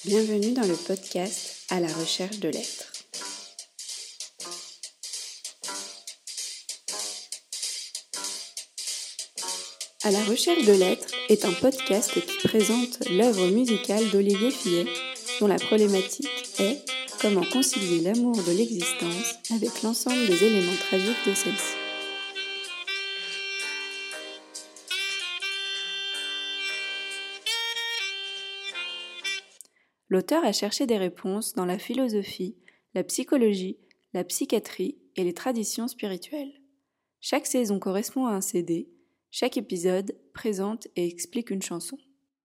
Bienvenue dans le podcast À la recherche de l'être. À la recherche de l'être est un podcast qui présente l'œuvre musicale d'Olivier Fillet, dont la problématique est comment concilier l'amour de l'existence avec l'ensemble des éléments tragiques de celle-ci. L'auteur a cherché des réponses dans la philosophie, la psychologie, la psychiatrie et les traditions spirituelles. Chaque saison correspond à un CD, chaque épisode présente et explique une chanson.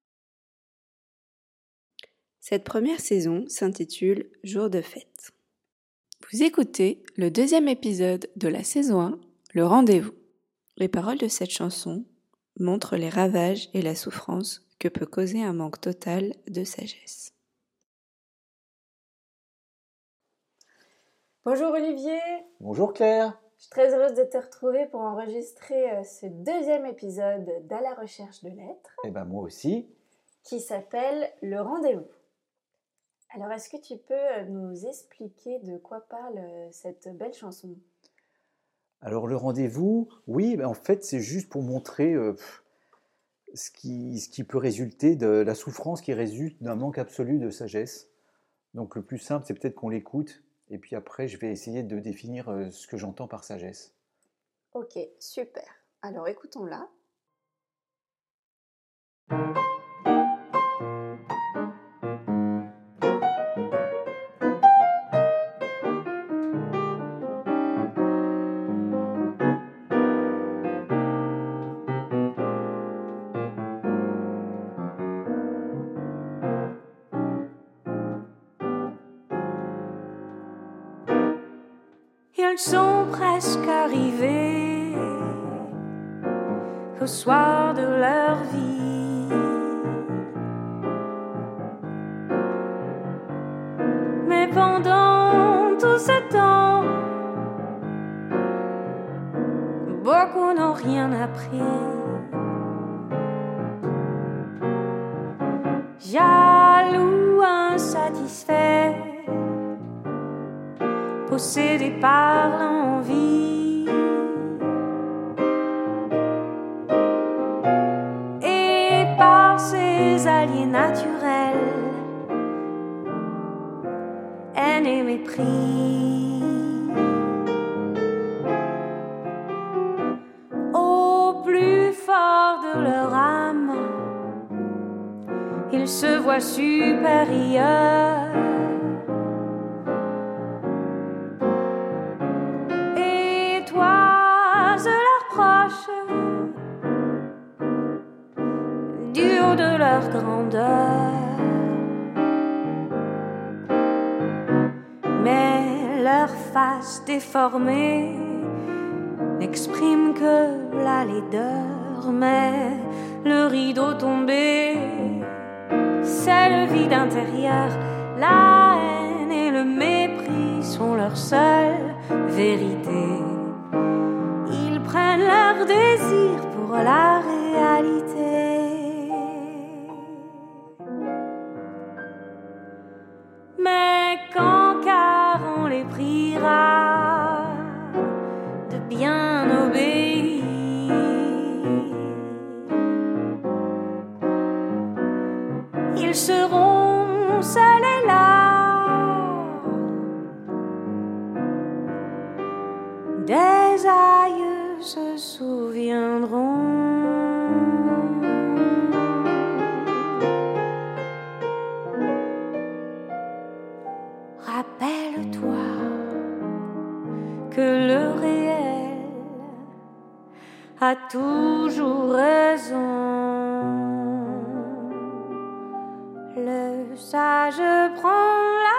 Cette première saison s'intitule Jour de fête. Vous écoutez le deuxième épisode de la saison 1, Le rendez-vous. Les paroles de cette chanson montrent les ravages et la souffrance que peut causer un manque total de sagesse. Bonjour Olivier. Bonjour Claire. Je suis très heureuse de te retrouver pour enregistrer ce deuxième épisode d'À la recherche de l'être. Et ben moi aussi. Qui s'appelle Le rendez-vous. Alors est-ce que tu peux nous expliquer de quoi parle cette belle chanson ? Alors le rendez-vous, oui, en fait c'est juste pour montrer ce qui peut résulter de la souffrance qui résulte d'un manque absolu de sagesse. Donc le plus simple c'est peut-être qu'on l'écoute et puis après je vais essayer de définir ce que j'entends par sagesse. Ok, super. Alors écoutons-la. Ils sont presque arrivés au soir de leur vie. Mais pendant tout ce temps, beaucoup n'ont rien appris. Jaloux, insatisfaits, possédés par l'envie, et par ses alliés naturels, haine et mépris. Au plus fort de leur âme, ils se voient supérieurs. Du haut de leur grandeur, mais leur face déformée n'exprime que la laideur. Mais le rideau tombé, c'est le vide intérieur. La haine et le mépris sont leur seule vérité. Ils prennent leur désir pour la réalité. Mais quand car on les priera de bien obéir, ils seront seuls et là. Des aïeux se souviendront. Rappelle-toi que le réel a toujours raison. Le sage prend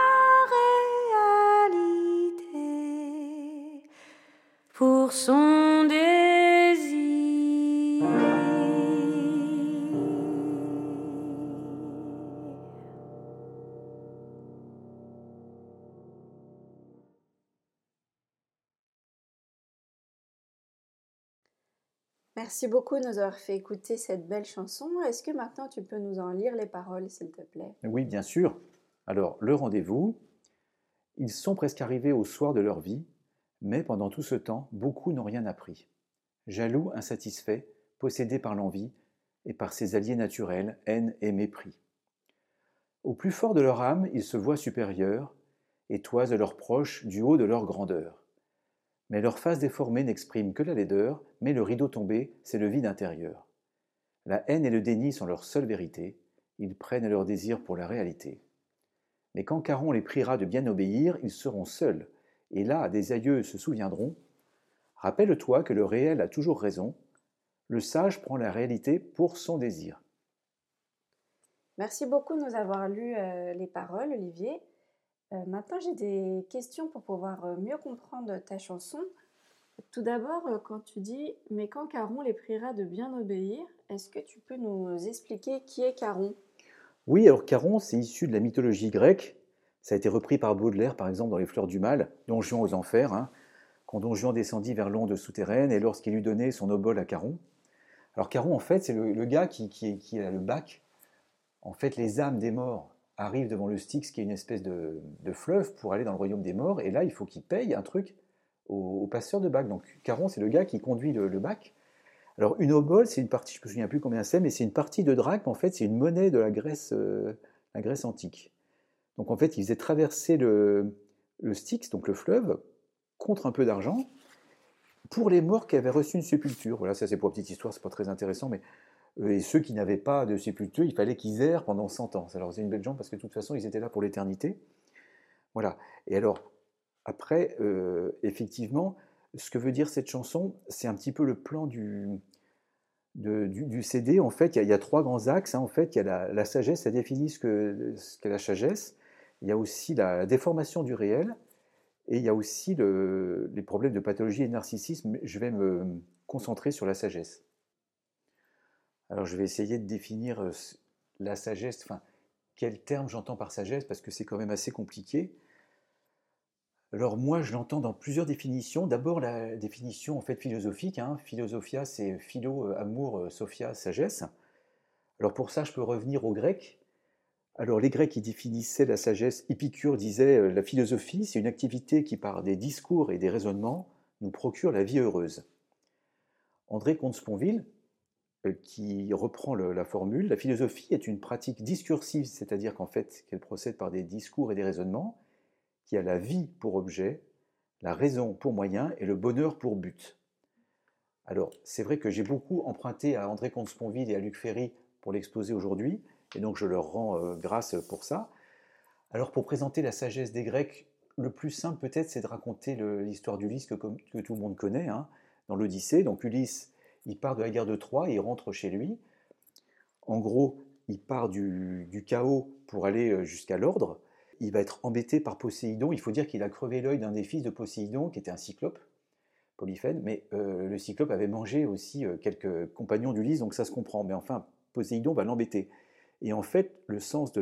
la réalité pour son désir. Merci beaucoup de nous avoir fait écouter cette belle chanson. Est-ce que maintenant tu peux nous en lire les paroles, s'il te plaît ? Oui, bien sûr. Alors, le rendez-vous, ils sont presque arrivés au soir de leur vie, mais pendant tout ce temps, beaucoup n'ont rien appris. Jaloux, insatisfaits, possédés par l'envie et par ses alliés naturels, haine et mépris. Au plus fort de leur âme, ils se voient supérieurs et toisent leurs proches du haut de leur grandeur. Mais leur face déformée n'exprime que la laideur, mais le rideau tombé, c'est le vide intérieur. La haine et le déni sont leur seule vérité, ils prennent leur désir pour la réalité. Mais quand Caron les priera de bien obéir, ils seront seuls, et là des aïeux se souviendront. Rappelle-toi que le réel a toujours raison, le sage prend la réalité pour son désir. Merci beaucoup de nous avoir lu les paroles, Olivier. Maintenant, j'ai des questions pour pouvoir mieux comprendre ta chanson. Tout d'abord, quand tu dis « Mais quand Caron les priera de bien obéir », est-ce que tu peux nous expliquer qui est Caron ? Oui, alors Caron, c'est issu de la mythologie grecque. Ça a été repris par Baudelaire, par exemple, dans Les Fleurs du Mal, Don Juan aux Enfers, hein, quand Don Juan descendit vers l'onde souterraine et lorsqu'il eut donné son obole à Caron. Alors Caron, en fait, c'est le gars qui a le bac. En fait, les âmes des morts arrivent devant le Styx, qui est une espèce de fleuve, pour aller dans le royaume des morts, et là, il faut qu'il paye un truc au passeur de bac. Donc Caron, c'est le gars qui conduit le bac. Alors une obole, c'est une partie, je ne me souviens plus combien c'est, mais c'est une partie de drachme, en fait, c'est une monnaie de la Grèce antique. Donc en fait, il faisait traverser le Styx, donc le fleuve, contre un peu d'argent, pour les morts qui avaient reçu une sépulture. Voilà, ça c'est pour la petite histoire, c'est pas très intéressant, mais et ceux qui n'avaient pas de sépulture, il fallait qu'ils errent pendant 100 ans. Ça leur faisait une belle jambe parce que de toute façon, ils étaient là pour l'éternité. Voilà. Et alors, après, effectivement, ce que veut dire cette chanson, c'est un petit peu le plan du CD. En fait, il y a trois grands axes. Hein. En fait, il y a la sagesse, ça définit ce qu'est la sagesse. Il y a aussi la déformation du réel. Et il y a aussi les problèmes de pathologie et de narcissisme. Je vais me concentrer sur la sagesse. Alors, je vais essayer de définir la sagesse, enfin, quel terme j'entends par sagesse, parce que c'est quand même assez compliqué. Alors, moi, je l'entends dans plusieurs définitions. D'abord, la définition en fait philosophique. Hein. Philosophia, c'est philo, amour, sophia, sagesse. Alors, pour ça, je peux revenir aux Grecs. Alors, les Grecs qui définissaient la sagesse, Épicure disait la philosophie, c'est une activité qui, par des discours et des raisonnements, nous procure la vie heureuse. André Comte-Sponville, qui reprend la formule, la philosophie est une pratique discursive, c'est-à-dire qu'en fait, qu'elle procède par des discours et des raisonnements, qui a la vie pour objet, la raison pour moyen et le bonheur pour but. Alors, c'est vrai que j'ai beaucoup emprunté à André Comte-Sponville et à Luc Ferry pour l'exposer aujourd'hui, et donc je leur rends grâce pour ça. Alors, pour présenter la sagesse des Grecs, le plus simple peut-être, c'est de raconter l'histoire d'Ulysse que tout le monde connaît, hein, dans l'Odyssée. Donc Ulysse, il part de la guerre de Troie et il rentre chez lui. En gros, il part du chaos pour aller jusqu'à l'ordre. Il va être embêté par Poséidon. Il faut dire qu'il a crevé l'œil d'un des fils de Poséidon, qui était un cyclope, Polyphène, mais le cyclope avait mangé aussi quelques compagnons d'Ulysse, donc ça se comprend. Mais enfin, Poséidon va l'embêter. Et en fait, le sens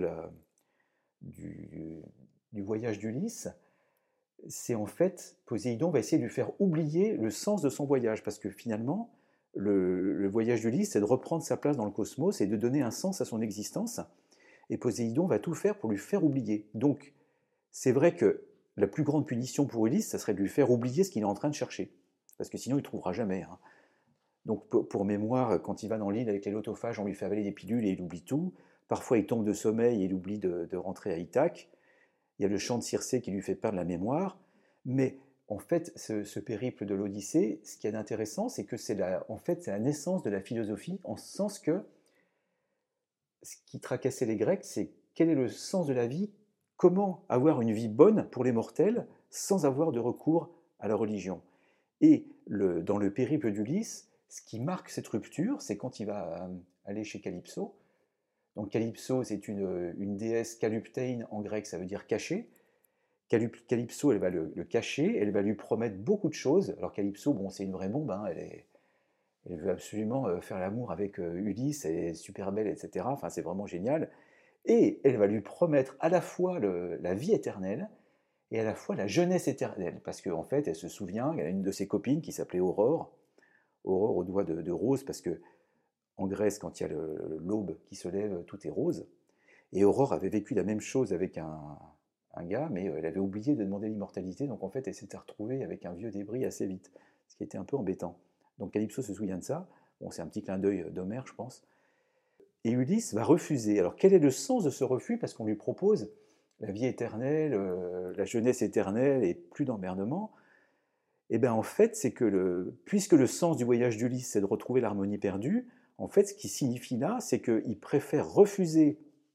du voyage d'Ulysse, c'est en fait, Poséidon va essayer de lui faire oublier le sens de son voyage, parce que finalement, le voyage d'Ulysse, c'est de reprendre sa place dans le cosmos et de donner un sens à son existence. Et Poséidon va tout faire pour lui faire oublier. Donc, c'est vrai que la plus grande punition pour Ulysse, ça serait de lui faire oublier ce qu'il est en train de chercher. Parce que sinon, il ne trouvera jamais. Hein. Donc, pour mémoire, quand il va dans l'île avec les lotophages, on lui fait avaler des pilules et il oublie tout. Parfois, il tombe de sommeil et il oublie de rentrer à Ithaque. Il y a le chant de Circé qui lui fait perdre la mémoire. Mais en fait, ce périple de l'Odyssée, ce qui est intéressant, c'est que c'est la naissance de la philosophie, en ce sens que ce qui tracassait les Grecs, c'est quel est le sens de la vie, comment avoir une vie bonne pour les mortels sans avoir de recours à la religion. Et dans le périple d'Ulysse, ce qui marque cette rupture, c'est quand il va aller chez Calypso. Donc Calypso, c'est une déesse caluptéine en grec, ça veut dire cacher. Calypso, elle va le cacher, elle va lui promettre beaucoup de choses. Alors Calypso, bon, c'est une vraie bombe, hein, elle veut absolument faire l'amour avec Ulysse, elle est super belle, etc. Enfin, c'est vraiment génial. Et elle va lui promettre à la fois la vie éternelle et à la fois la jeunesse éternelle. Parce qu'en fait, elle se souvient, elle a une de ses copines qui s'appelait Aurore aux doigts de rose, parce que en Grèce, quand il y a l'aube qui se lève, tout est rose. Et Aurore avait vécu la même chose avec un gars, mais elle avait oublié de demander l'immortalité, donc en fait elle s'était retrouvée avec un vieux débris assez vite, ce qui était un peu embêtant. Donc Calypso se souvient de ça, bon c'est un petit clin d'œil d'Homère je pense, et Ulysse va refuser. Alors quel est le sens de ce refus? Parce qu'on lui propose la vie éternelle, la jeunesse éternelle et plus d'emmerdement. Et bien en fait c'est que puisque le sens du voyage d'Ulysse c'est de retrouver l'harmonie perdue, en fait ce qui signifie là c'est qu'il préfère refuser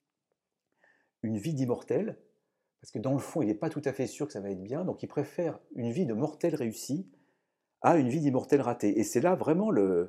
une vie d'immortel, parce que dans le fond, il n'est pas tout à fait sûr que ça va être bien, donc il préfère une vie de mortel réussi à une vie d'immortel raté. Et c'est là vraiment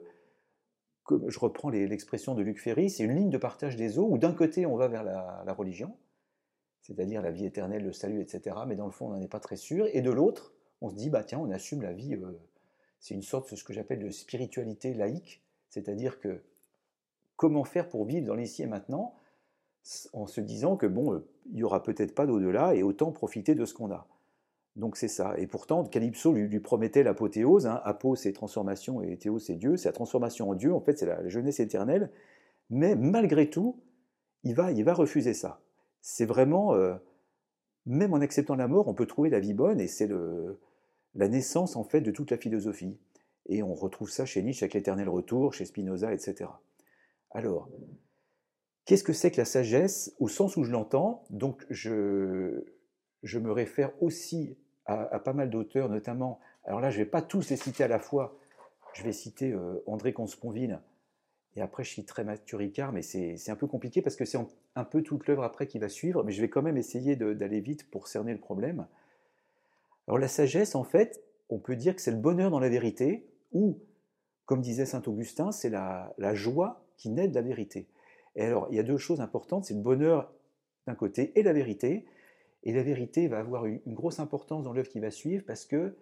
comme je reprends l'expression de Luc Ferry, c'est une ligne de partage des eaux où d'un côté on va vers la religion, c'est-à-dire la vie éternelle, le salut, etc., mais dans le fond on n'en est pas très sûr, et de l'autre, on se dit, bah tiens, on assume la vie, c'est une sorte de ce que j'appelle de spiritualité laïque, c'est-à-dire que comment faire pour vivre dans l'ici et maintenant, en se disant que bon, il n'y aura peut-être pas d'au-delà et autant profiter de ce qu'on a. Donc c'est ça. Et pourtant, Calypso lui promettait l'apothéose. Hein. Apo, c'est transformation et Théos, c'est Dieu. C'est la transformation en Dieu. En fait, c'est la jeunesse éternelle. Mais malgré tout, il va refuser ça. C'est vraiment, même en acceptant la mort, on peut trouver la vie bonne et c'est la naissance en fait de toute la philosophie. Et on retrouve ça chez Nietzsche avec l'éternel retour, chez Spinoza, etc. Alors, qu'est-ce que c'est que la sagesse au sens où je l'entends? Donc je me réfère aussi à pas mal d'auteurs, notamment, alors là je ne vais pas tous les citer à la fois, je vais citer André Comte-Sponville, et après je citerai Mathieu Ricard, mais c'est un peu compliqué parce que c'est un peu toute l'œuvre après qui va suivre, mais je vais quand même essayer d'aller vite pour cerner le problème. Alors la sagesse, en fait, on peut dire que c'est le bonheur dans la vérité, ou, comme disait saint Augustin, c'est la joie qui naît de la vérité. Et alors, il y a deux choses importantes, c'est le bonheur d'un côté et la vérité. Et la vérité va avoir une grosse importance dans l'œuvre qui va suivre parce que,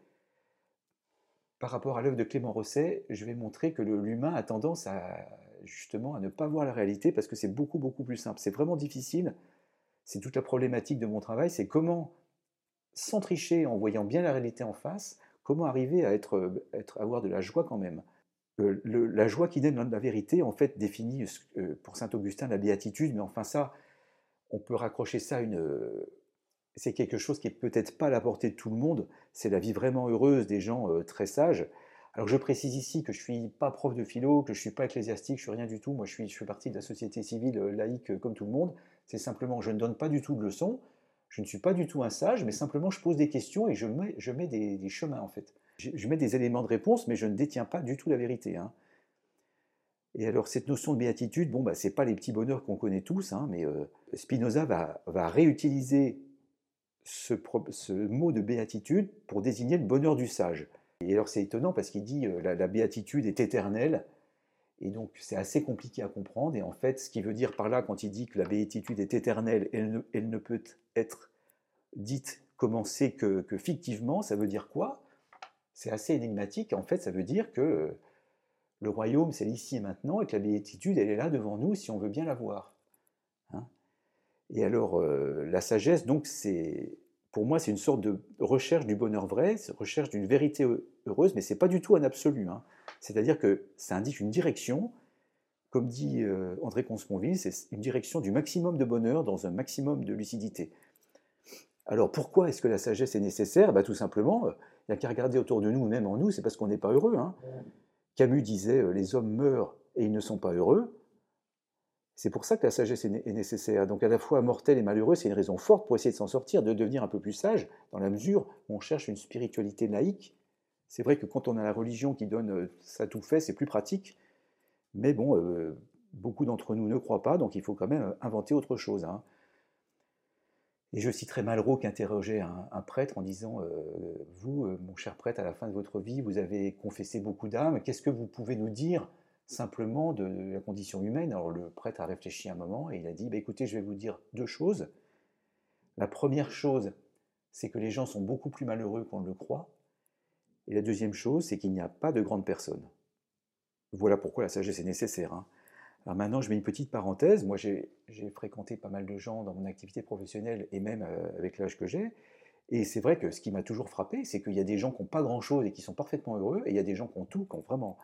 par rapport à l'œuvre de Clément Rosset, je vais montrer que l'humain a tendance justement à ne pas voir la réalité parce que c'est beaucoup, beaucoup plus simple. C'est vraiment difficile, c'est toute la problématique de mon travail, c'est comment, sans tricher, en voyant bien la réalité en face, comment arriver à avoir de la joie quand même. La joie qui naît de la vérité, en fait, définit pour saint Augustin la béatitude, mais enfin ça, on peut raccrocher ça à c'est quelque chose qui n'est peut-être pas à la portée de tout le monde, c'est la vie vraiment heureuse des gens très sages. Alors je précise ici que je ne suis pas prof de philo, que je ne suis pas ecclésiastique, je ne suis rien du tout, moi je fais partie de la société civile laïque comme tout le monde, c'est simplement, je ne donne pas du tout de leçons, je ne suis pas du tout un sage, mais simplement je pose des questions et je mets des chemins en fait. Je mets des éléments de réponse, mais je ne détiens pas du tout la vérité. Hein. Et alors, cette notion de béatitude, bon, bah, ce n'est pas les petits bonheurs qu'on connaît tous, hein, mais Spinoza va réutiliser ce mot de béatitude pour désigner le bonheur du sage. Et alors, c'est étonnant parce qu'il dit la béatitude est éternelle, et donc c'est assez compliqué à comprendre. Et en fait, ce qu'il veut dire par là, quand il dit que la béatitude est éternelle, elle ne peut être dite, commencée que fictivement, ça veut dire quoi? C'est assez énigmatique. En fait, ça veut dire que le royaume, c'est l'ici et maintenant, et que la béatitude, elle est là devant nous si on veut bien la voir. Hein? Et alors, la sagesse, donc, pour moi, c'est une sorte de recherche du bonheur vrai, recherche d'une vérité heureuse, mais ce n'est pas du tout un absolu. Hein. C'est-à-dire que ça indique une direction, comme dit André Comte-Sponville, c'est une direction du maximum de bonheur dans un maximum de lucidité. Alors, pourquoi est-ce que la sagesse est nécessaire? Bah, tout simplement, il n'y a qu'à regarder autour de nous, même en nous, c'est parce qu'on n'est pas heureux. Hein. Camus disait « les hommes meurent et ils ne sont pas heureux ». C'est pour ça que la sagesse est nécessaire. Donc à la fois mortel et malheureux, c'est une raison forte pour essayer de s'en sortir, de devenir un peu plus sage, dans la mesure où on cherche une spiritualité laïque. C'est vrai que quand on a la religion qui donne ça tout fait, c'est plus pratique. Mais bon, beaucoup d'entre nous ne croient pas, donc il faut quand même inventer autre chose. Hein. Et je citerai Malraux qui interrogeait un prêtre en disant « Vous, mon cher prêtre, à la fin de votre vie, vous avez confessé beaucoup d'âmes, qu'est-ce que vous pouvez nous dire simplement de la condition humaine ?» Alors le prêtre a réfléchi un moment et il a dit « Écoutez, je vais vous dire deux choses. La première chose, c'est que les gens sont beaucoup plus malheureux qu'on ne le croit. Et la deuxième chose, c'est qu'il n'y a pas de grandes personnes. » Voilà pourquoi la sagesse est nécessaire. Hein. Alors maintenant, je mets une petite parenthèse. Moi, j'ai fréquenté pas mal de gens dans mon activité professionnelle et même avec l'âge que j'ai. Et c'est vrai que ce qui m'a toujours frappé, c'est qu'il y a des gens qui n'ont pas grand-chose et qui sont parfaitement heureux, et il y a des gens qui ont tout, qui ont vraiment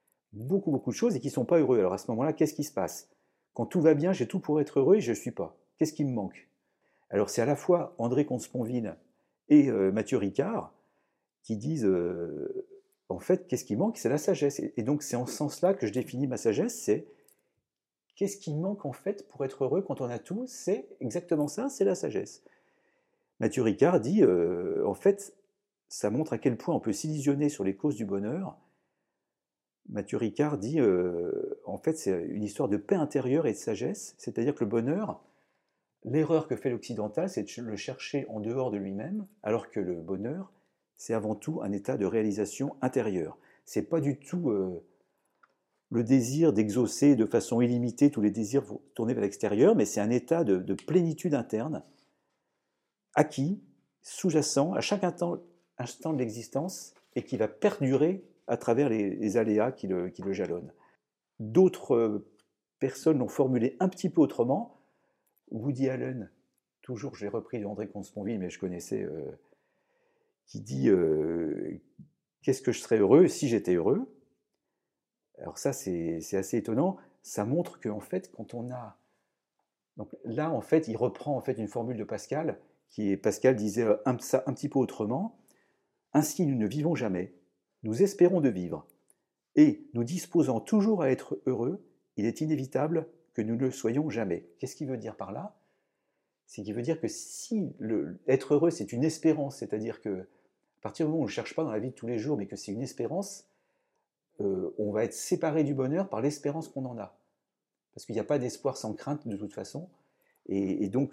beaucoup, beaucoup de choses et qui ne sont pas heureux. Alors à ce moment-là, qu'est-ce qui se passe? Quand tout va bien, j'ai tout pour être heureux et je ne le suis pas. qu'est-ce qui me manque? Alors c'est à la fois André Comte-Sponville et Mathieu Ricard qui disent, en fait, qu'est-ce qui manque? C'est la sagesse. Et donc c'est en ce sens-là que je définis ma sagesse, c'est qu'est-ce qui manque en fait pour être heureux quand on a tout? C'est exactement ça, c'est la sagesse. Mathieu Ricard dit, en fait, ça montre à quel point on peut s'illusionner sur les causes du bonheur. Mathieu Ricard dit, en fait, c'est une histoire de paix intérieure et de sagesse, c'est-à-dire que le bonheur, l'erreur que fait l'occidental, c'est de le chercher en dehors de lui-même, alors que le bonheur, c'est avant tout un état de réalisation intérieure. C'est pas du tout le désir d'exaucer de façon illimitée tous les désirs tournés vers l'extérieur, mais c'est un état de plénitude interne, acquis, sous-jacent à chaque instant de l'existence, et qui va perdurer à travers les aléas qui le jalonnent. D'autres personnes l'ont formulé un petit peu autrement. Woody Allen, toujours j'ai repris André Comte-Sponville, mais je connaissais, qui dit qu'est-ce que je serais heureux si j'étais heureux? Alors ça, c'est assez étonnant. Ça montre qu'en fait, quand on a... Donc là, en fait, il reprend en fait une formule de Pascal, Pascal disait ça un petit peu autrement. Ainsi, nous ne vivons jamais, nous espérons de vivre. Et nous disposant toujours à être heureux, il est inévitable que nous ne le soyons jamais. Qu'est-ce qu'il veut dire par là? C'est qu'il veut dire que si être heureux, c'est une espérance, c'est-à-dire que à partir du moment où on ne le cherche pas dans la vie de tous les jours, mais que c'est une espérance, on va être séparé du bonheur par l'espérance qu'on en a. Parce qu'il n'y a pas d'espoir sans crainte de toute façon. Et donc,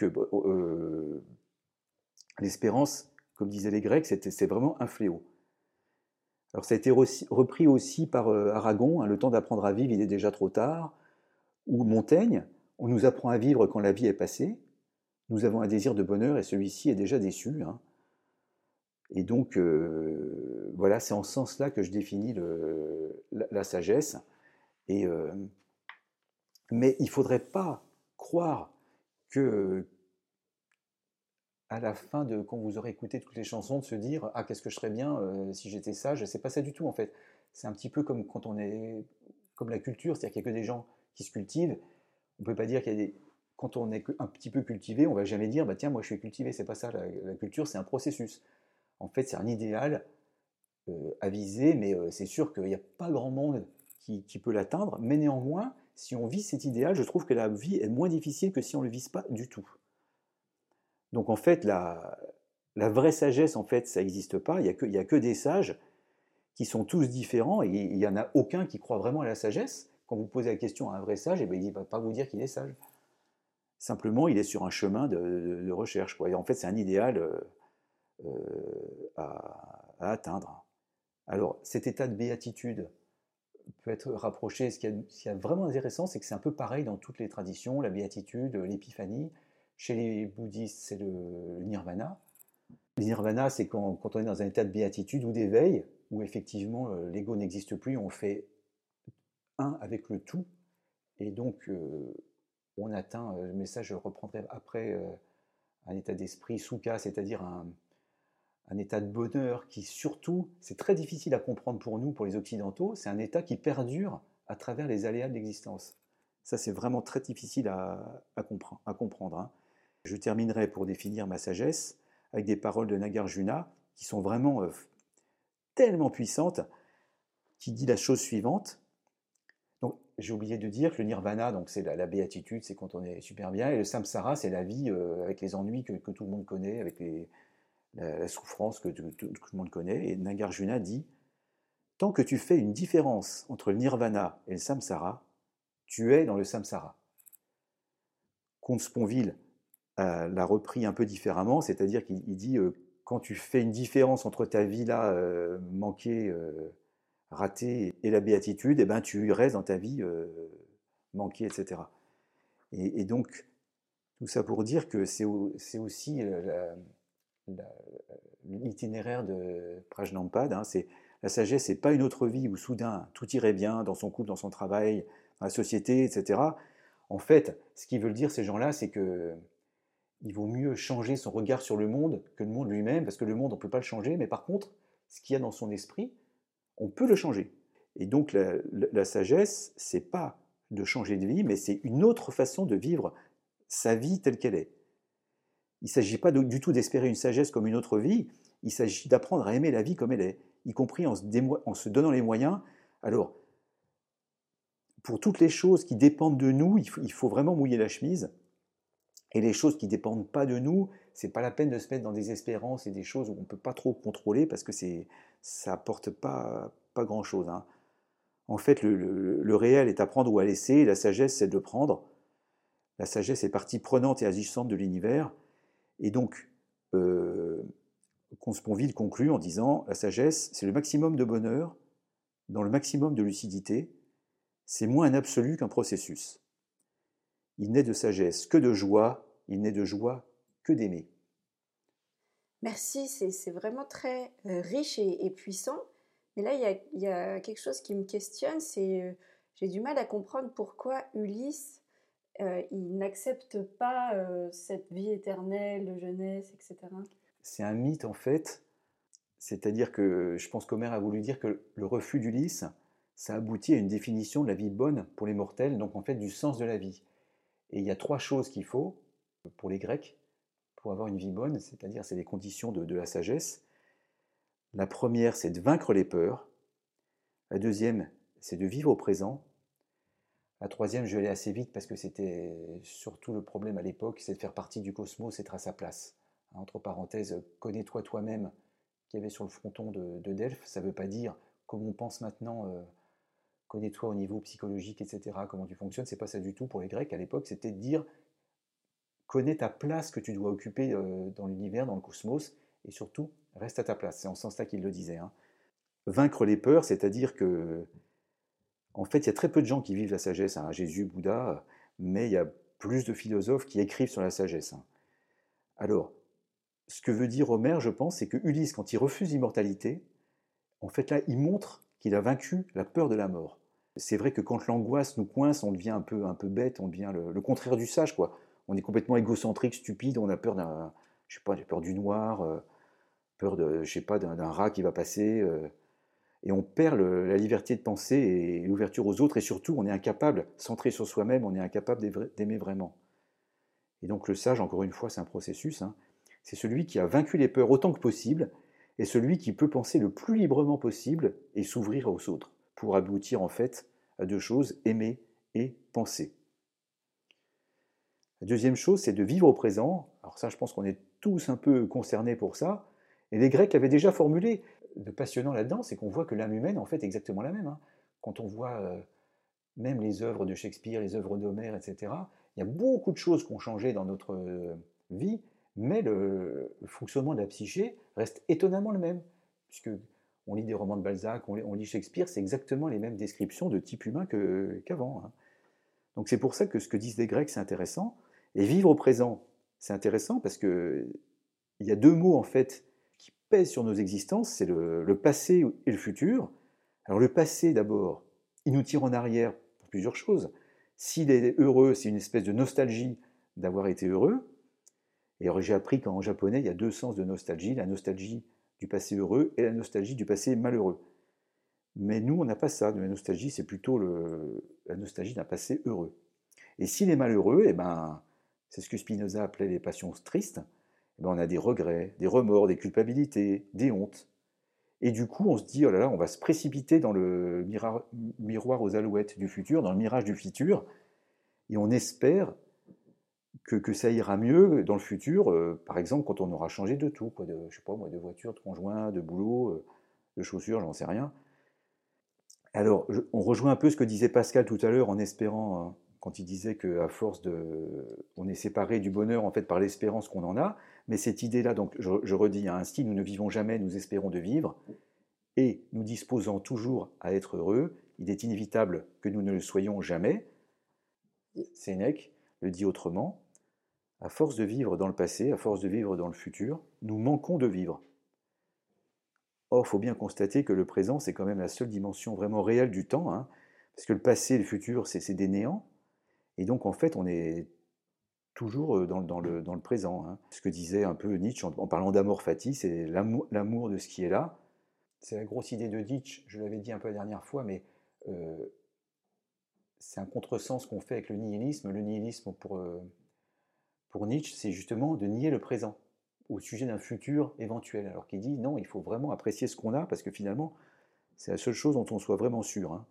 l'espérance, comme disaient les Grecs, c'est vraiment un fléau. Alors ça a été repris aussi par Aragon, hein, Le temps d'apprendre à vivre, il est déjà trop tard, ou Montaigne, on nous apprend à vivre quand la vie est passée, nous avons un désir de bonheur et celui-ci est déjà déçu. Hein. Et donc, voilà, c'est en ce sens-là que je définis la sagesse. Mais il ne faudrait pas croire que, à la fin, quand vous aurez écouté toutes les chansons, de se dire « Ah, qu'est-ce que je serais bien si j'étais sage ?» C'est pas ça du tout, en fait. C'est un petit peu comme quand on est... comme la culture, c'est-à-dire qu'il n'y a que des gens qui se cultivent. On ne peut pas dire qu'il y a des... Quand on est un petit peu cultivé, on ne va jamais dire bah, « Tiens, moi, je suis cultivé. » C'est pas ça. La culture, c'est un processus. En fait, c'est un idéal à viser, mais c'est sûr qu'il n'y a pas grand monde qui peut l'atteindre. Mais néanmoins, si on vise cet idéal, je trouve que la vie est moins difficile que si on ne le vise pas du tout. Donc en fait, la vraie sagesse, en fait, ça n'existe pas. Il n'y a que des sages qui sont tous différents et il n'y en a aucun qui croit vraiment à la sagesse. Quand vous posez la question à un vrai sage, eh bien, il ne va pas vous dire qu'il est sage. Simplement, il est sur un chemin de recherche, quoi. Et en fait, c'est un idéal à atteindre. Alors, cet état de béatitude peut être rapproché. Ce qui est vraiment intéressant, c'est que c'est un peu pareil dans toutes les traditions, la béatitude, l'épiphanie. Chez les bouddhistes, c'est le nirvana. Le nirvana, c'est quand on est dans un état de béatitude ou d'éveil, où effectivement l'ego n'existe plus, on fait un avec le tout, et donc on atteint, mais ça je reprendrai après, un état d'esprit sukha, c'est-à-dire un état de bonheur qui surtout, c'est très difficile à comprendre pour nous, pour les occidentaux, c'est un état qui perdure à travers les aléas de l'existence. Ça c'est vraiment très difficile à comprendre. Hein. Je terminerai pour définir ma sagesse avec des paroles de Nagarjuna qui sont vraiment tellement puissantes, qui dit la chose suivante. Donc, j'ai oublié de dire que le nirvana, donc c'est la béatitude, c'est quand on est super bien, et le samsara, c'est la vie avec les ennuis que tout le monde connaît, avec la souffrance que tout le monde connaît. Et Nagarjuna dit « Tant que tu fais une différence entre le nirvana et le samsara, tu es dans le samsara. » Comte-Sponville l'a repris un peu différemment, c'est-à-dire qu'il dit quand tu fais une différence entre ta vie là manquée, ratée et la béatitude, eh ben, tu restes dans ta vie manquée, etc. Et donc, tout ça pour dire que c'est aussi l'itinéraire de Prajnampad. Hein, la sagesse, c'est pas une autre vie où soudain tout irait bien dans son couple, dans son travail, dans la société, etc. En fait, ce qu'ils veulent dire ces gens-là, c'est que il vaut mieux changer son regard sur le monde que le monde lui-même, parce que le monde, on ne peut pas le changer, mais par contre, ce qu'il y a dans son esprit, on peut le changer. Et donc, la sagesse, c'est pas de changer de vie, mais c'est une autre façon de vivre sa vie telle qu'elle est. Il ne s'agit pas du tout d'espérer une sagesse comme une autre vie, il s'agit d'apprendre à aimer la vie comme elle est, y compris en se donnant les moyens. Alors, pour toutes les choses qui dépendent de nous, il faut vraiment mouiller la chemise. Et les choses qui ne dépendent pas de nous, ce n'est pas la peine de se mettre dans des espérances et des choses où on ne peut pas trop contrôler parce que ça n'apporte pas grand-chose. Hein. En fait, le réel est à prendre ou à laisser, et la sagesse, c'est de le prendre. La sagesse est partie prenante et agissante de l'univers. Et donc, Comte-Sponville conclut en disant « La sagesse, c'est le maximum de bonheur dans le maximum de lucidité. C'est moins un absolu qu'un processus. Il n'est de sagesse que de joie, il n'est de joie que d'aimer. » Merci, c'est vraiment très riche et puissant. Mais là, il y a quelque chose qui me questionne, c'est j'ai du mal à comprendre pourquoi Ulysse, il n'accepte pas cette vie éternelle de jeunesse, etc. C'est un mythe en fait, c'est-à-dire que je pense qu'Homère a voulu dire que le refus d'Ulysse, ça aboutit à une définition de la vie bonne pour les mortels, donc en fait du sens de la vie. Et il y a 3 choses qu'il faut pour les Grecs pour avoir une vie bonne, c'est-à-dire c'est les conditions de la sagesse. La première, c'est de vaincre les peurs. La deuxième, c'est de vivre au présent. La troisième, je vais aller assez vite parce que c'était surtout le problème à l'époque, c'est de faire partie du cosmos, être à sa place. Entre parenthèses, connais-toi toi-même, qu'il y avait sur le fronton de Delphes, ça ne veut pas dire, comme on pense maintenant, connais-toi au niveau psychologique, etc., comment tu fonctionnes, c'est pas ça du tout pour les Grecs. À l'époque, c'était de dire, connais ta place que tu dois occuper dans l'univers, dans le cosmos, et surtout, reste à ta place. C'est en ce sens-là qu'il le disait. Hein. Vaincre les peurs, c'est-à-dire que, en fait, il y a très peu de gens qui vivent la sagesse, hein, Jésus, Bouddha, mais il y a plus de philosophes qui écrivent sur la sagesse. Hein. Alors, ce que veut dire Homère, je pense, c'est que Ulysse, quand il refuse l'immortalité, en fait là, il montre qu'il a vaincu la peur de la mort. C'est vrai que quand l'angoisse nous coince, on devient un peu bête, on devient le contraire du sage, quoi. On est complètement égocentrique, stupide, on a peur je sais pas, j'ai peur du noir, peur je sais pas, d'un rat qui va passer, et on perd la liberté de penser et l'ouverture aux autres, et surtout, on est incapable, centré sur soi-même, on est incapable d'aimer vraiment. Et donc le sage, encore une fois, c'est un processus, hein. C'est celui qui a vaincu les peurs autant que possible, et celui qui peut penser le plus librement possible et s'ouvrir aux autres, pour aboutir en fait à 2 choses, aimer et penser. La deuxième chose, c'est de vivre au présent. Alors ça, je pense qu'on est tous un peu concernés pour ça. Et les Grecs l'avaient déjà formulé. Le passionnant là-dedans, c'est qu'on voit que l'âme humaine, en fait, est exactement la même. Hein. Quand on voit même les œuvres de Shakespeare, les œuvres d'Homère, etc., il y a beaucoup de choses qui ont changé dans notre vie, mais le fonctionnement de la psyché reste étonnamment le même. Puisque on lit des romans de Balzac, on lit Shakespeare, c'est exactement les mêmes descriptions de type humain qu'avant. Hein. Donc c'est pour ça que ce que disent les Grecs, c'est intéressant. Et vivre au présent, c'est intéressant parce qu'il y a 2 mots en fait qui pèsent sur nos existences, c'est le passé et le futur. Alors le passé d'abord, il nous tire en arrière pour plusieurs choses. S'il est heureux, c'est une espèce de nostalgie d'avoir été heureux. Et alors j'ai appris qu'en japonais, il y a 2 sens de nostalgie, la nostalgie du passé heureux et la nostalgie du passé malheureux. Mais nous, on n'a pas ça. La nostalgie, c'est plutôt la nostalgie d'un passé heureux. Et s'il est malheureux, eh ben, c'est ce que Spinoza appelait les passions tristes, eh ben, on a des regrets, des remords, des culpabilités, des hontes. Et du coup, on se dit, oh là là, on va se précipiter dans le miroir aux alouettes du futur, dans le mirage du futur, et on espère que ça ira mieux dans le futur, par exemple, quand on aura changé de tout, quoi, je sais pas moi, de voiture, de conjoint, de boulot, de chaussures, j'en sais rien. Alors, on rejoint un peu ce que disait Pascal tout à l'heure en espérant, quand il disait qu'à force on est séparé du bonheur en fait par l'espérance qu'on en a, mais cette idée-là, donc je redis, hein, ainsi nous ne vivons jamais, nous espérons de vivre, et nous disposons toujours à être heureux, il est inévitable que nous ne le soyons jamais. Sénèque le dit autrement, à force de vivre dans le passé, à force de vivre dans le futur, nous manquons de vivre. Or, il faut bien constater que le présent, c'est quand même la seule dimension vraiment réelle du temps, hein, parce que le passé et le futur, c'est des néants, et donc en fait, on est toujours dans le présent. Hein. Ce que disait un peu Nietzsche en parlant d'amor fati, c'est l'amour de ce qui est là. C'est la grosse idée de Nietzsche, je l'avais dit un peu la dernière fois, mais c'est un contresens qu'on fait avec le nihilisme. Le nihilisme, pour pour Nietzsche, c'est justement de nier le présent au sujet d'un futur éventuel. Alors qu'il dit non, il faut vraiment apprécier ce qu'on a parce que finalement, c'est la seule chose dont on soit vraiment sûr. Hein.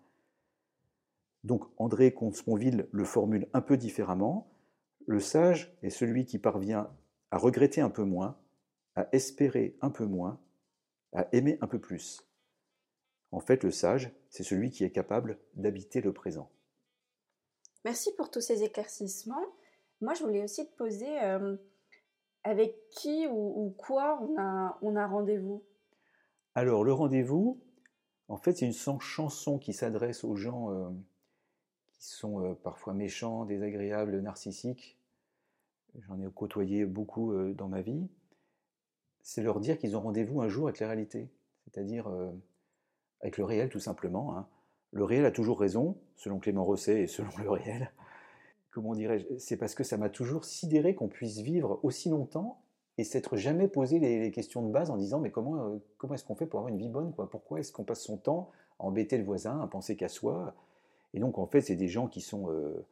Donc André Comte-Sponville le formule un peu différemment. Le sage est celui qui parvient à regretter un peu moins, à espérer un peu moins, à aimer un peu plus. En fait, le sage, c'est celui qui est capable d'habiter le présent. Merci pour tous ces éclaircissements. Moi, je voulais aussi te poser avec qui ou quoi on a rendez-vous. Alors, le rendez-vous, en fait, c'est une chanson qui s'adresse aux gens qui sont parfois méchants, désagréables, narcissiques. J'en ai côtoyé beaucoup dans ma vie. C'est leur dire qu'ils ont rendez-vous un jour avec la réalité, c'est-à-dire avec le réel tout simplement. Hein. Le réel a toujours raison, selon Clément Rosset et selon le réel. Comment dirais-je? C'est parce que ça m'a toujours sidéré qu'on puisse vivre aussi longtemps et s'être jamais posé les questions de base en disant mais comment est-ce qu'on fait pour avoir une vie bonne quoi? Pourquoi est-ce qu'on passe son temps à embêter le voisin, à penser qu'à soi? Et donc en fait c'est des gens qui sont,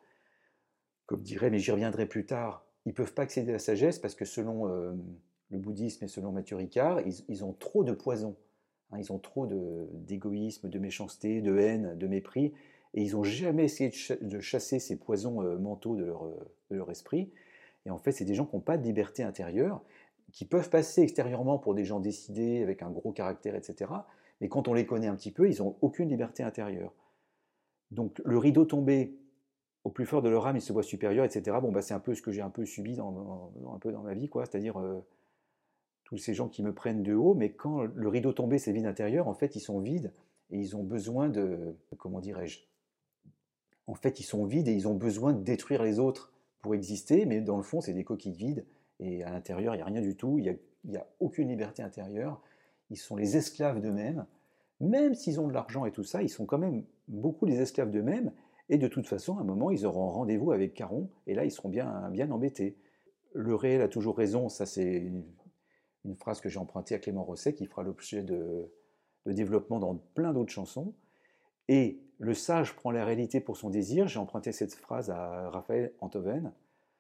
comme dirait, mais j'y reviendrai plus tard, ils ne peuvent pas accéder à la sagesse parce que selon le bouddhisme et selon Mathieu Ricard, ils ont trop de poison. Hein, ils ont trop d'égoïsme, de méchanceté, de haine, de mépris, et ils n'ont jamais essayé de chasser ces poisons mentaux de leur esprit. Et en fait, c'est des gens qui n'ont pas de liberté intérieure, qui peuvent passer extérieurement pour des gens décidés, avec un gros caractère, etc. Mais quand on les connaît un petit peu, ils n'ont aucune liberté intérieure. Donc le rideau tombé, au plus fort de leur âme, ils se voient supérieurs, etc. Bon, bah, c'est un peu ce que j'ai un peu subi un peu dans ma vie, quoi. C'est-à-dire tous ces gens qui me prennent de haut, mais quand le rideau tombé, ces vides intérieurs, en fait, ils sont vides et ils ont besoin de, comment dirais-je, en fait, ils sont vides et ils ont besoin de détruire les autres pour exister, mais dans le fond, c'est des coquilles vides et à l'intérieur, il n'y a rien du tout, il n'y a aucune liberté intérieure. Ils sont les esclaves d'eux-mêmes. Même s'ils ont de l'argent et tout ça, ils sont quand même beaucoup les esclaves d'eux-mêmes. Et de toute façon, à un moment, ils auront rendez-vous avec Caron, et là, ils seront bien embêtés. Le réel a toujours raison, ça c'est une phrase que j'ai empruntée à Clément Rosset, qui fera l'objet de développement dans plein d'autres chansons. Et le sage prend la réalité pour son désir. J'ai emprunté cette phrase à Raphaël Enthoven.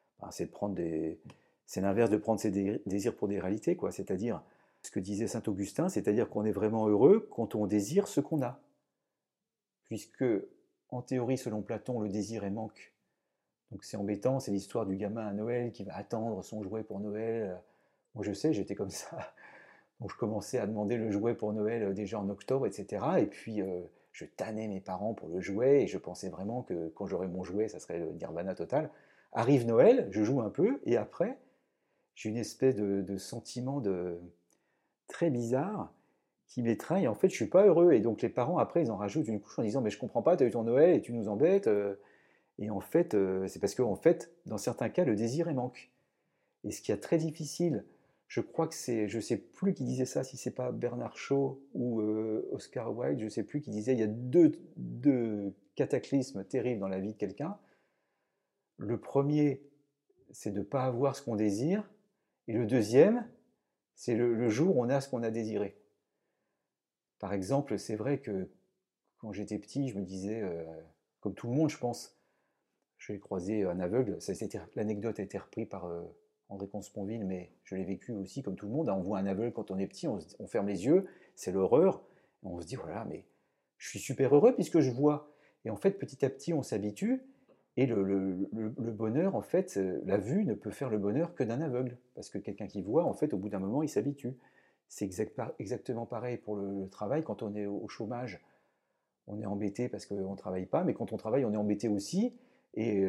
C'est l'inverse de prendre ses désirs pour des réalités, quoi. C'est-à-dire ce que disait saint Augustin, c'est-à-dire qu'on est vraiment heureux quand on désire ce qu'on a. Puisque, en théorie, selon Platon, le désir est manque. Donc c'est embêtant, c'est l'histoire du gamin à Noël qui va attendre son jouet pour Noël. Moi je sais, j'étais comme ça. Donc je commençais à demander le jouet pour Noël déjà en octobre, etc. Et puis je tannais mes parents pour le jouet et je pensais vraiment que quand j'aurais mon jouet, ça serait le nirvana total. Arrive Noël, je joue un peu et après, j'ai une espèce de sentiment très bizarre qui m'étreint et en fait je suis pas heureux. Et donc les parents après ils en rajoutent une couche en disant mais je comprends pas, tu as eu ton Noël et tu nous embêtes. Et en fait, c'est parce que en fait, dans certains cas, le désir est manque. Et ce qui est très difficile, je crois que c'est, je ne sais plus qui disait ça, si c'est pas Bernard Shaw ou Oscar Wilde, je ne sais plus qui disait, il y a deux cataclysmes terribles dans la vie de quelqu'un. Le premier, c'est de ne pas avoir ce qu'on désire, et le deuxième, c'est le jour où on a ce qu'on a désiré. Par exemple, c'est vrai que quand j'étais petit, je me disais, comme tout le monde, je pense, j'ai croisé un aveugle, l'anecdote a été reprise par André Comte-Sponville, mais je l'ai vécu aussi comme tout le monde. On voit un aveugle quand on est petit, on ferme les yeux, c'est l'horreur, et on se dit voilà, mais je suis super heureux puisque je vois. Et en fait, petit à petit, on s'habitue, et le bonheur, en fait, la vue ne peut faire le bonheur que d'un aveugle, parce que quelqu'un qui voit, en fait, au bout d'un moment, il s'habitue. C'est exactement pareil pour le travail. Quand on est au chômage, on est embêté parce qu'on ne travaille pas, mais quand on travaille, on est embêté aussi. Et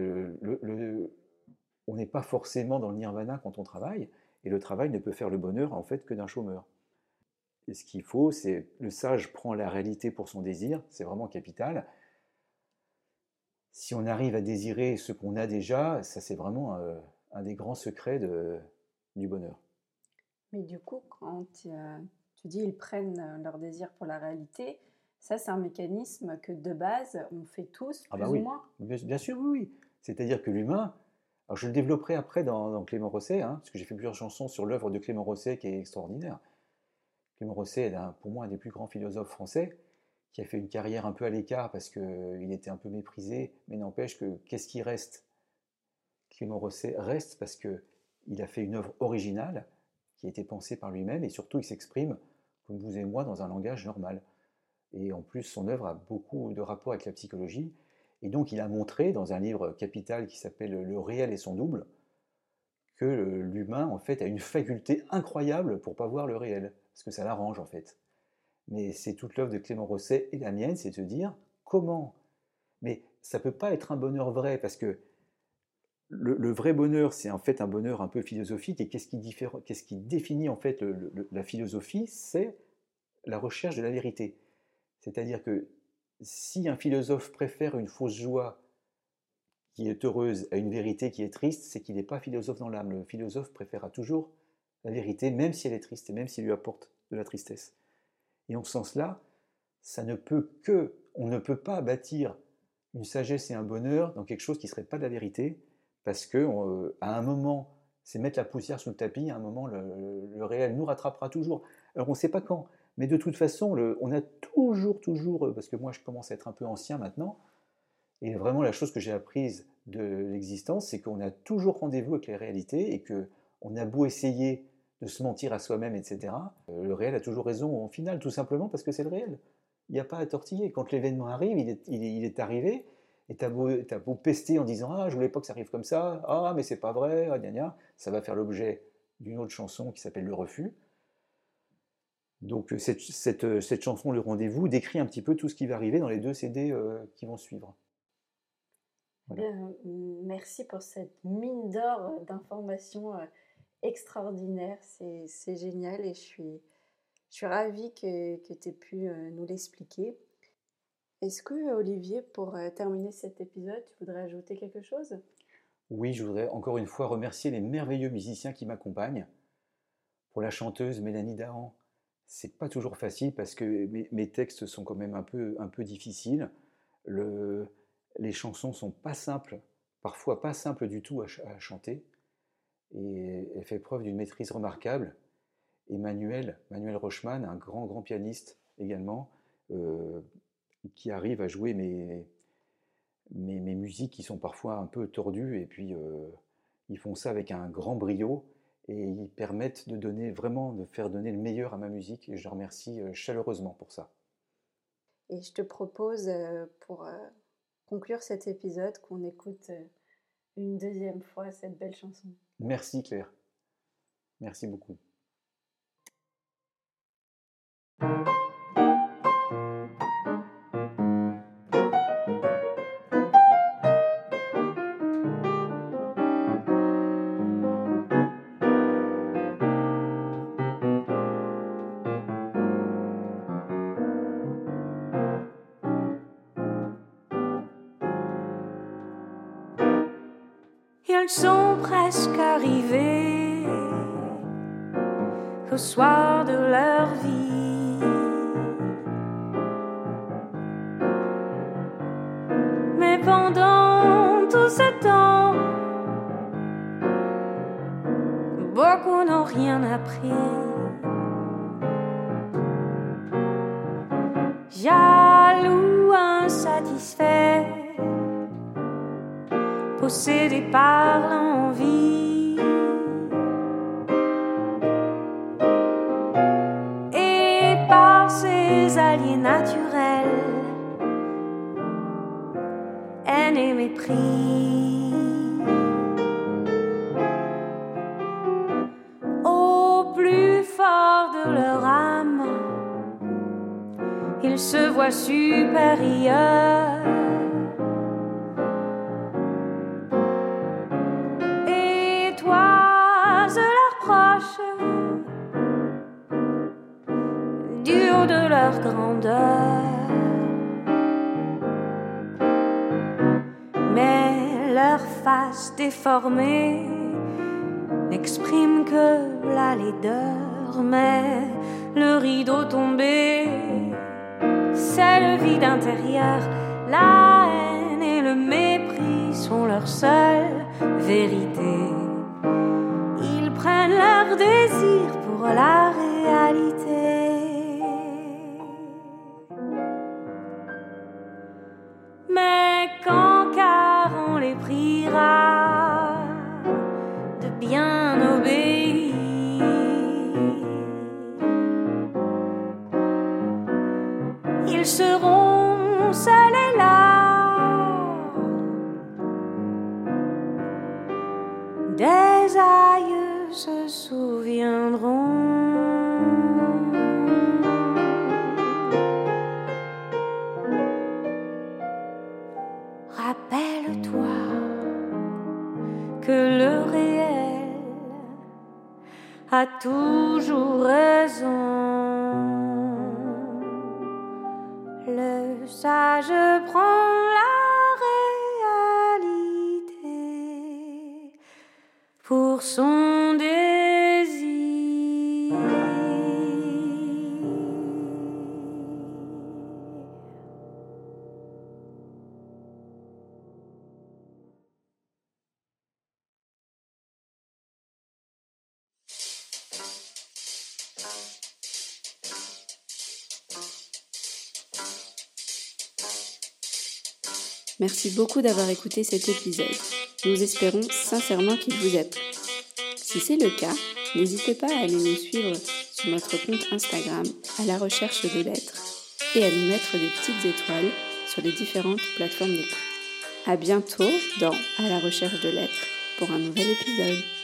on n'est pas forcément dans le nirvana quand on travaille, et le travail ne peut faire le bonheur en fait que d'un chômeur. Et ce qu'il faut, c'est le sage prend la réalité pour son désir, c'est vraiment capital. Si on arrive à désirer ce qu'on a déjà, ça c'est vraiment un des grands secrets du bonheur. Mais du coup, quand tu dis ils prennent leur désir pour la réalité, ça c'est un mécanisme que de base on fait tous, plus ou moins. Bien sûr, oui. C'est-à-dire que l'humain, alors je le développerai après dans Clément Rosset, hein, parce que j'ai fait plusieurs chansons sur l'œuvre de Clément Rosset qui est extraordinaire. Clément Rosset est pour moi un des plus grands philosophes français, qui a fait une carrière un peu à l'écart parce qu'il était un peu méprisé, mais n'empêche que qu'est-ce qui reste? Clément Rosset reste parce qu'il il a fait une œuvre originale qui a été pensée par lui-même et surtout il s'exprime, comme vous et moi, dans un langage normal. Et en plus, son œuvre a beaucoup de rapport avec la psychologie. Et donc, il a montré dans un livre capital qui s'appelle Le réel et son double que l'humain, en fait, a une faculté incroyable pour ne pas voir le réel, parce que ça l'arrange, en fait. Mais c'est toute l'œuvre de Clément Rosset et la mienne, c'est de se dire comment. Mais ça ne peut pas être un bonheur vrai, parce que le vrai bonheur, c'est en fait un bonheur un peu philosophique. Et qu'est-ce qui définit en fait la philosophie? C'est la recherche de la vérité. C'est-à-dire que si un philosophe préfère une fausse joie qui est heureuse à une vérité qui est triste, c'est qu'il n'est pas philosophe dans l'âme. Le philosophe préférera toujours la vérité, même si elle est triste et même si elle lui apporte de la tristesse. Et en ce sens-là, on ne peut pas bâtir une sagesse et un bonheur dans quelque chose qui ne serait pas de la vérité, parce qu'à un moment, c'est mettre la poussière sous le tapis, à un moment, le réel nous rattrapera toujours. Alors on ne sait pas quand, mais de toute façon, on a toujours, parce que moi je commence à être un peu ancien maintenant, et vraiment la chose que j'ai apprise de l'existence, c'est qu'on a toujours rendez-vous avec la réalité, et qu'on a beau essayer de se mentir à soi-même, etc., le réel a toujours raison au final, tout simplement parce que c'est le réel. Il n'y a pas à tortiller. Quand l'événement arrive, il est arrivé, et t'as beau pester en disant « Ah, je voulais pas que ça arrive comme ça, ah, mais c'est pas vrai, ah, gna gna », ça va faire l'objet d'une autre chanson qui s'appelle « Le refus ». Donc cette chanson, Le Rendez-vous, décrit un petit peu tout ce qui va arriver dans les 2 CD qui vont suivre. Voilà. Merci pour cette mine d'or d'informations extraordinaires. C'est génial et je suis ravie que tu aies pu nous l'expliquer. Est-ce que, Olivier, pour terminer cet épisode, tu voudrais ajouter quelque chose? Oui, je voudrais encore une fois remercier les merveilleux musiciens qui m'accompagnent. Pour la chanteuse Mélanie Dahan, c'est pas toujours facile parce que mes textes sont quand même un peu difficiles. Les chansons sont pas simples, parfois pas simples du tout à chanter. Et elle fait preuve d'une maîtrise remarquable. Et Manuel Rochman, un grand pianiste également, qui arrive à jouer mes musiques qui sont parfois un peu tordues, et puis ils font ça avec un grand brio, et ils permettent de faire donner le meilleur à ma musique, et je les remercie chaleureusement pour ça. Et je te propose, pour conclure cet épisode, qu'on écoute une deuxième fois cette belle chanson. Merci Claire, merci beaucoup. Ils sont presque arrivés au soir de leur vie. Mais pendant tout ce temps, beaucoup n'ont rien appris. Jaloux, insatisfaits, possédés par l'envie, et par ses alliés naturels, haine et mépris. Au plus fort de leur âme, ils se voient supérieurs. Du haut de leur grandeur, mais leur face déformée n'exprime que la laideur. Mais le rideau tombé, c'est le vide intérieur. La haine et le mépris sont leur seule vérité. Ils prennent leur désir pour la réalité. Mais quand car on les priera de bien souviendront. Rappelle-toi que le réel a toujours raison. Le sage prend la réalité pour son désir. Merci beaucoup d'avoir écouté cet épisode. Nous espérons sincèrement qu'il vous a plu. Si c'est le cas, n'hésitez pas à aller nous suivre sur notre compte Instagram à la recherche de lettres et à nous mettre des petites étoiles sur les différentes plateformes d'écoute. À bientôt dans À la recherche de lettres pour un nouvel épisode.